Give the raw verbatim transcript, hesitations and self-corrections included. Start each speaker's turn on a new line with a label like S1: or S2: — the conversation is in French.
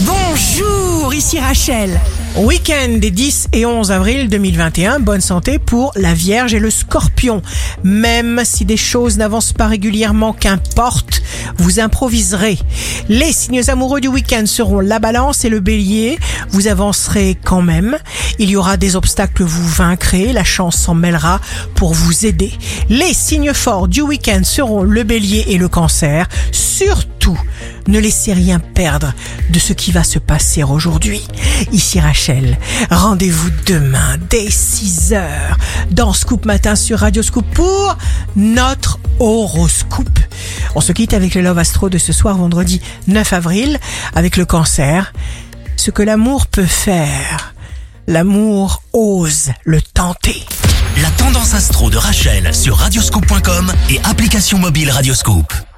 S1: Bonjour, ici Rachel. Week-end des dix et onze avril deux mille vingt et un, bonne santé pour la Vierge et le Scorpion. Même si des choses n'avancent pas régulièrement, qu'importe, vous improviserez. Les signes amoureux du week-end seront la Balance et le Bélier. Vous avancerez quand même. Il y aura des obstacles, vous vaincrez. La chance s'en mêlera pour vous aider. Les signes forts du week-end seront le Bélier et le Cancer. Surtout, ne laissez rien perdre de ce qui va se passer aujourd'hui. Ici Rachel, rendez-vous demain dès six heures dans Scoop Matin sur Radio Scoop pour notre horoscope. On se quitte avec le Love Astro de ce soir vendredi neuf avril avec le Cancer. Ce que l'amour peut faire, l'amour ose le tenter.
S2: La tendance astro de Rachel sur radioscoop point com et application mobile Radioscoop.